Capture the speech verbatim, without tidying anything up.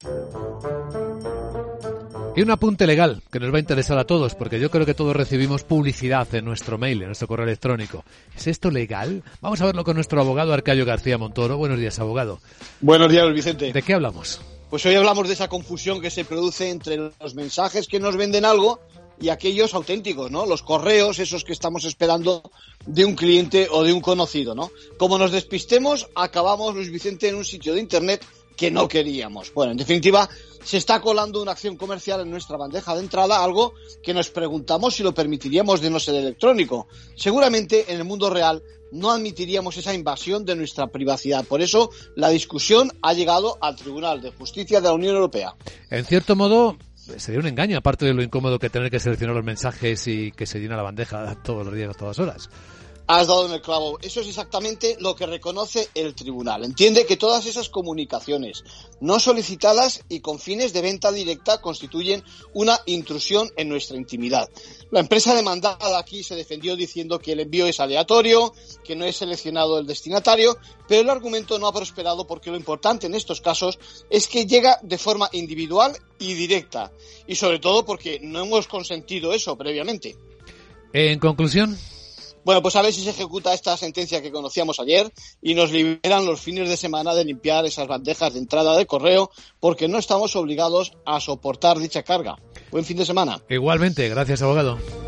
Y un apunte legal que nos va a interesar a todos, porque yo creo que todos recibimos publicidad en nuestro mail, en nuestro correo electrónico. ¿Es esto legal? Vamos a verlo con nuestro abogado Arcadio García Montoro. Buenos días, abogado. Buenos días, Vicente. ¿De qué hablamos? Pues hoy hablamos de esa confusión que se produce entre los mensajes que nos venden algo y aquellos auténticos, ¿no? Los correos, esos que estamos esperando de un cliente o de un conocido, ¿no? Como nos despistemos, acabamos, Luis Vicente, en un sitio de internet que no queríamos. Bueno, en definitiva, se está colando una acción comercial en nuestra bandeja de entrada, algo que nos preguntamos si lo permitiríamos de no ser electrónico. Seguramente en el mundo real no admitiríamos esa invasión de nuestra privacidad. Por eso la discusión ha llegado al Tribunal de Justicia de la Unión Europea. En cierto modo, sería un engaño, aparte de lo incómodo que tener que seleccionar los mensajes y que se llena la bandeja todos los días, a todas horas. Has dado en el clavo. Eso es exactamente lo que reconoce el tribunal. Entiende que todas esas comunicaciones no solicitadas y con fines de venta directa constituyen una intrusión en nuestra intimidad. La empresa demandada aquí se defendió diciendo que el envío es aleatorio, que no es seleccionado el destinatario, pero el argumento no ha prosperado porque lo importante en estos casos es que llega de forma individual y directa. Y sobre todo porque no hemos consentido eso previamente. En conclusión... Bueno, pues a ver si se ejecuta esta sentencia que conocíamos ayer y nos liberan los fines de semana de limpiar esas bandejas de entrada de correo, porque no estamos obligados a soportar dicha carga. Buen fin de semana. Igualmente, gracias, abogado.